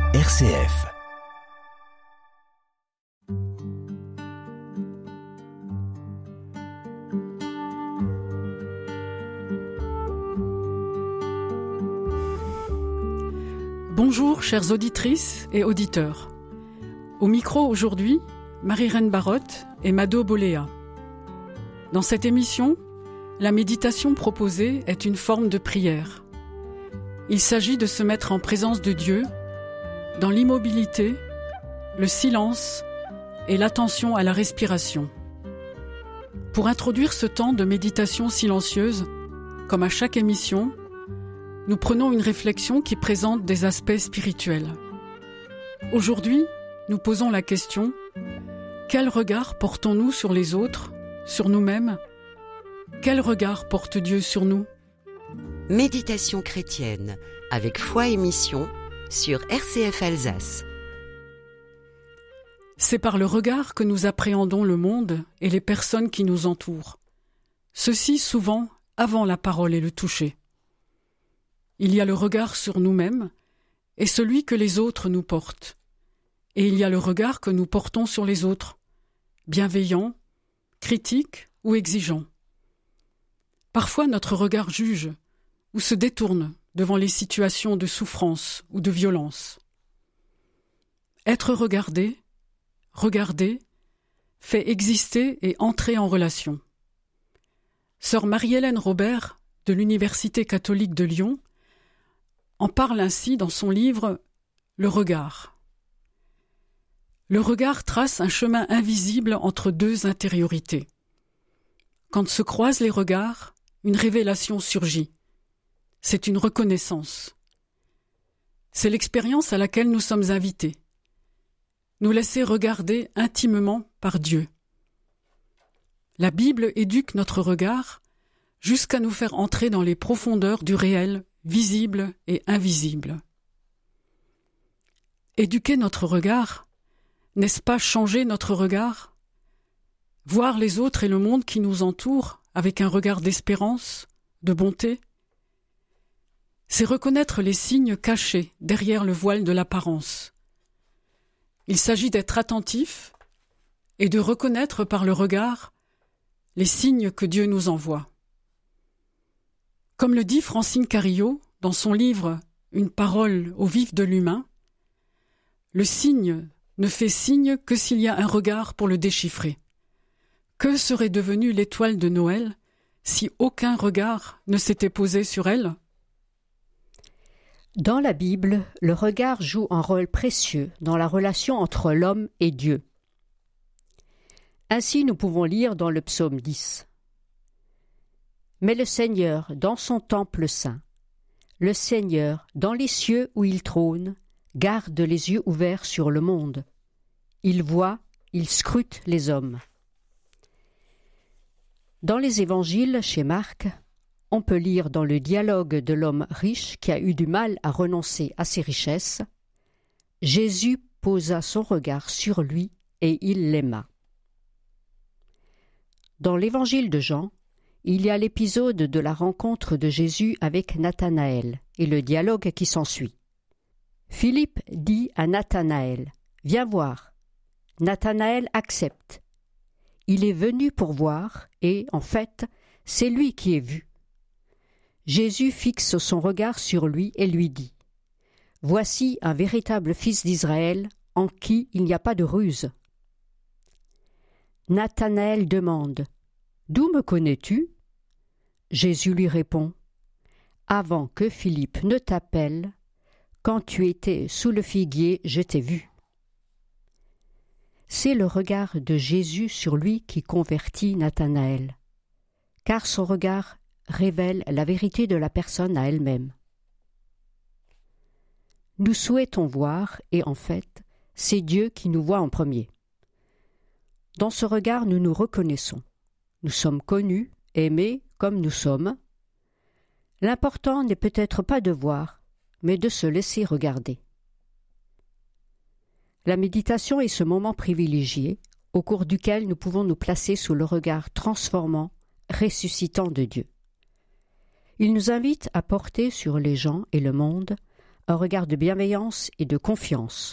RCF. Bonjour chères auditrices et auditeurs. Au micro aujourd'hui, Marie-Reine Barotte et Mado Boléa. Dans cette émission, la méditation proposée est une forme de prière. Il s'agit de se mettre en présence de Dieu, dans l'immobilité, le silence et l'attention à la respiration. Pour introduire ce temps de méditation silencieuse, comme à chaque émission, nous prenons une réflexion qui présente des aspects spirituels. Aujourd'hui, nous posons la question : quel regard portons-nous sur les autres, sur nous-mêmes ? Quel regard porte Dieu sur nous ? Méditation chrétienne avec foi et mission sur RCF Alsace. C'est par le regard que nous appréhendons le monde et les personnes qui nous entourent. Ceci souvent avant la parole et le toucher. Il y a le regard sur nous-mêmes et celui que les autres nous portent. Et il y a le regard que nous portons sur les autres, bienveillant, critique ou exigeant. Parfois notre regard juge ou se détourne devant les situations de souffrance ou de violence. Être regardé, fait exister et entrer en relation. Sœur Marie-Hélène Robert, de l'Université catholique de Lyon, en parle ainsi dans son livre « Le regard ». Le regard trace un chemin invisible entre deux intériorités. Quand se croisent les regards, une révélation surgit. C'est une reconnaissance. C'est l'expérience à laquelle nous sommes invités. Nous laisser regarder intimement par Dieu. La Bible éduque notre regard jusqu'à nous faire entrer dans les profondeurs du réel, visible et invisible. Éduquer notre regard, n'est-ce pas changer notre regard ? Voir les autres et le monde qui nous entoure avec un regard d'espérance, de bonté ? C'est reconnaître les signes cachés derrière le voile de l'apparence. Il s'agit d'être attentif et de reconnaître par le regard les signes que Dieu nous envoie. Comme le dit Francine Carillo dans son livre « Une parole au vif de l'humain », le signe ne fait signe que s'il y a un regard pour le déchiffrer. Que serait devenue l'étoile de Noël si aucun regard ne s'était posé sur elle ? Dans la Bible, le regard joue un rôle précieux dans la relation entre l'homme et Dieu. Ainsi, nous pouvons lire dans le psaume 10. « Mais le Seigneur, dans son temple saint, le Seigneur, dans les cieux où il trône, garde les yeux ouverts sur le monde. Il voit, il scrute les hommes. » Dans les évangiles, chez Marc, on peut lire dans le dialogue de l'homme riche qui a eu du mal à renoncer à ses richesses, « Jésus posa son regard sur lui et il l'aima. » Dans l'évangile de Jean, il y a l'épisode de la rencontre de Jésus avec Nathanaël et le dialogue qui s'ensuit. Philippe dit à Nathanaël « Viens voir ». Nathanaël accepte. Il est venu pour voir et, en fait, c'est lui qui est vu. Jésus fixe son regard sur lui et lui dit « Voici un véritable fils d'Israël en qui il n'y a pas de ruse. » Nathanaël demande « D'où me connais-tu » Jésus lui répond « Avant que Philippe ne t'appelle, quand tu étais sous le figuier, je t'ai vu. » C'est le regard de Jésus sur lui qui convertit Nathanaël, car son regard révèle la vérité de la personne à elle-même. Nous souhaitons voir, et en fait, c'est Dieu qui nous voit en premier. Dans ce regard, nous nous reconnaissons. Nous sommes connus, aimés comme nous sommes. L'important n'est peut-être pas de voir, mais de se laisser regarder. La méditation est ce moment privilégié au cours duquel nous pouvons nous placer sous le regard transformant, ressuscitant de Dieu. Il nous invite à porter sur les gens et le monde un regard de bienveillance et de confiance.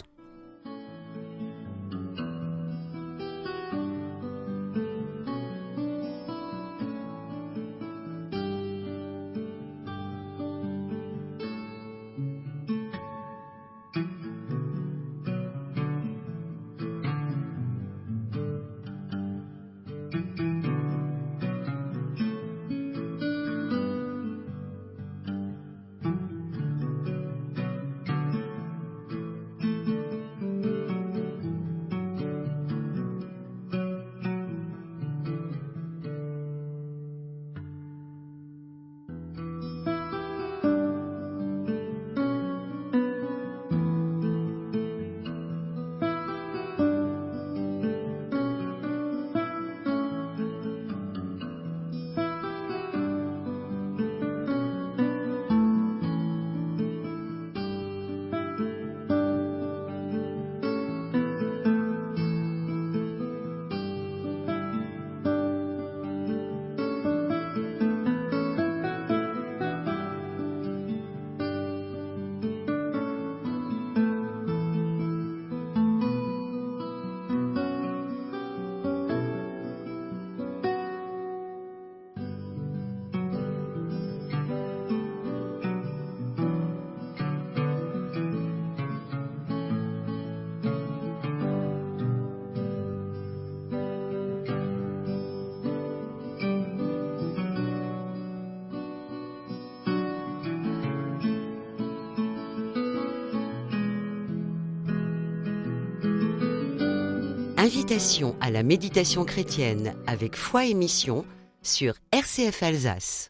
Invitation à la méditation chrétienne avec foi et mission sur RCF Alsace.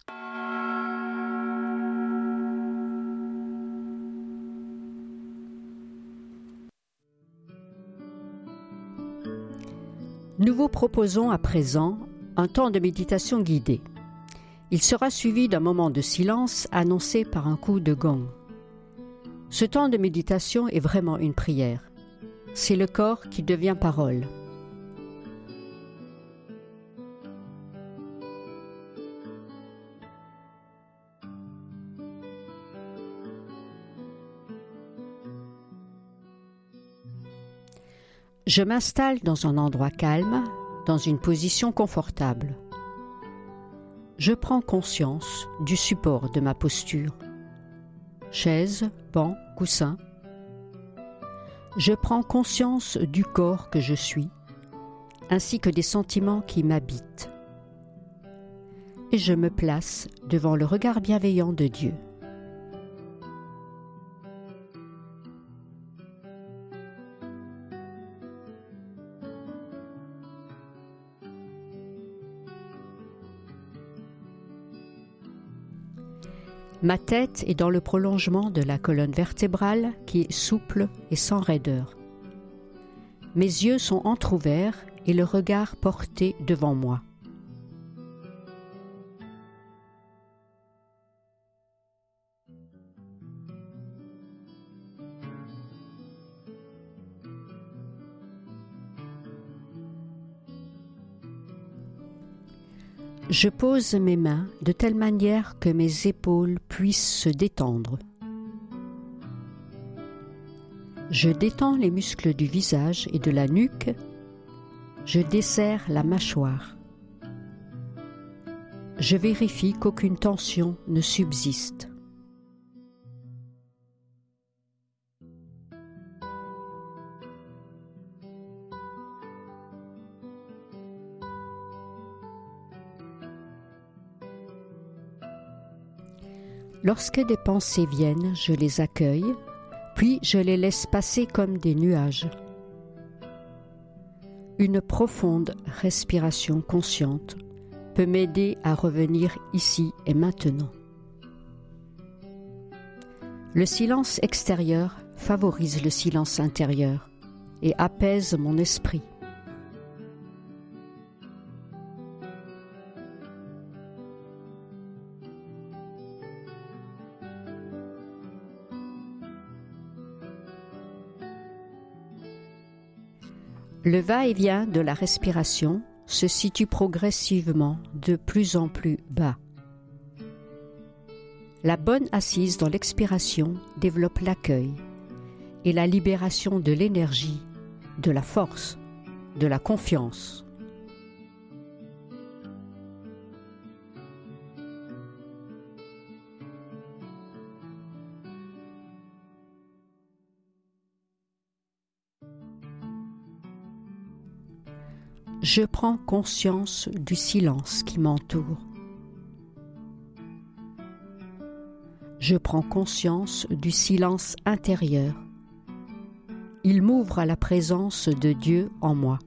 Nous vous proposons à présent un temps de méditation guidée. Il sera suivi d'un moment de silence annoncé par un coup de gong. Ce temps de méditation est vraiment une prière. C'est le corps qui devient parole. Je m'installe dans un endroit calme, dans une position confortable. Je prends conscience du support de ma posture. Chaise, banc, coussin. Je prends conscience du corps que je suis, ainsi que des sentiments qui m'habitent. Et je me place devant le regard bienveillant de Dieu. Ma tête est dans le prolongement de la colonne vertébrale qui est souple et sans raideur. Mes yeux sont entr'ouverts et le regard porté devant moi. Je pose mes mains de telle manière que mes épaules puissent se détendre. Je détends les muscles du visage et de la nuque. Je desserre la mâchoire. Je vérifie qu'aucune tension ne subsiste. Lorsque des pensées viennent, je les accueille, puis je les laisse passer comme des nuages. Une profonde respiration consciente peut m'aider à revenir ici et maintenant. Le silence extérieur favorise le silence intérieur et apaise mon esprit. Le va-et-vient de la respiration se situe progressivement de plus en plus bas. La bonne assise dans l'expiration développe l'accueil et la libération de l'énergie, de la force, de la confiance. Je prends conscience du silence qui m'entoure. Je prends conscience du silence intérieur. Il m'ouvre à la présence de Dieu en moi.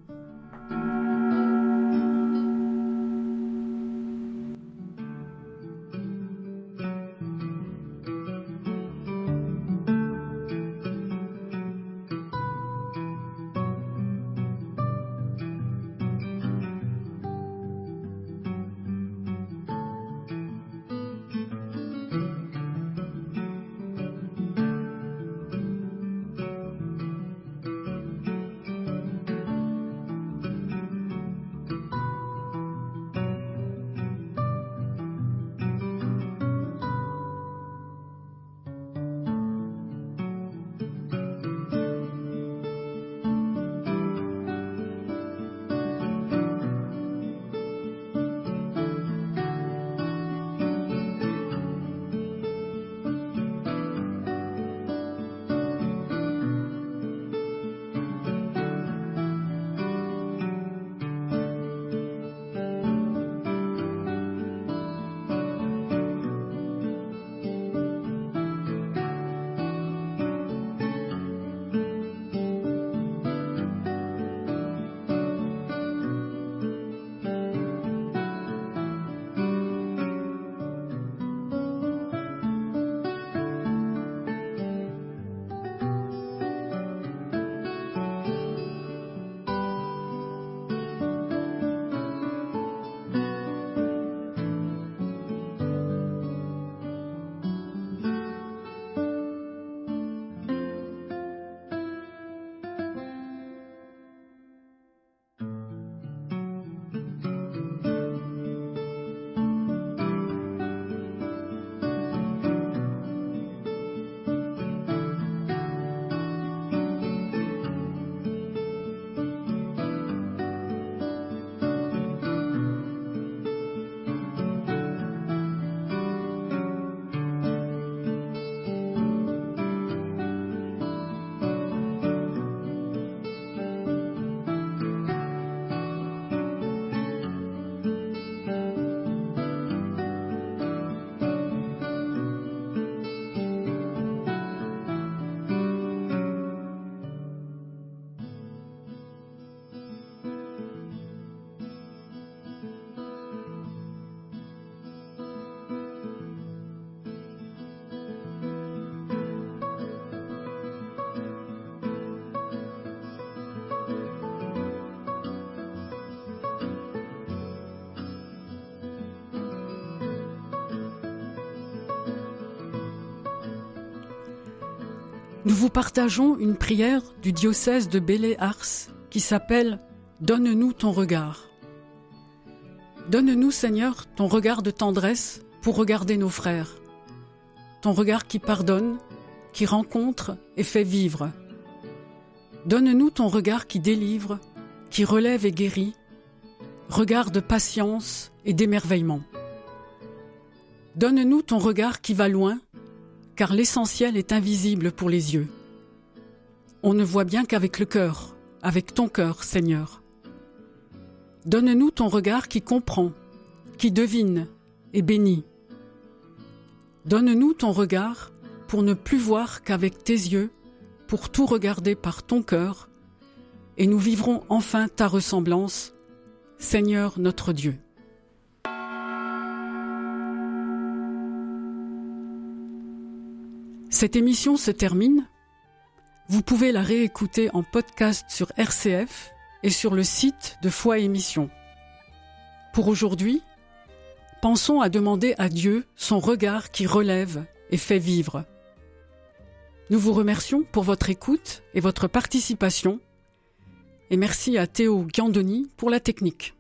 Nous vous partageons une prière du diocèse de Belley-Ars qui s'appelle « Donne-nous ton regard ». Donne-nous, Seigneur, ton regard de tendresse pour regarder nos frères, ton regard qui pardonne, qui rencontre et fait vivre. Donne-nous ton regard qui délivre, qui relève et guérit, regard de patience et d'émerveillement. Donne-nous ton regard qui va loin, car l'essentiel est invisible pour les yeux. On ne voit bien qu'avec le cœur, avec ton cœur, Seigneur. Donne-nous ton regard qui comprend, qui devine et bénit. Donne-nous ton regard pour ne plus voir qu'avec tes yeux, pour tout regarder par ton cœur, et nous vivrons enfin ta ressemblance, Seigneur notre Dieu. Cette émission se termine. Vous pouvez la réécouter en podcast sur RCF et sur le site de Foi Émission. Pour aujourd'hui, pensons à demander à Dieu son regard qui relève et fait vivre. Nous vous remercions pour votre écoute et votre participation. Et merci à Théo Gandoni pour la technique.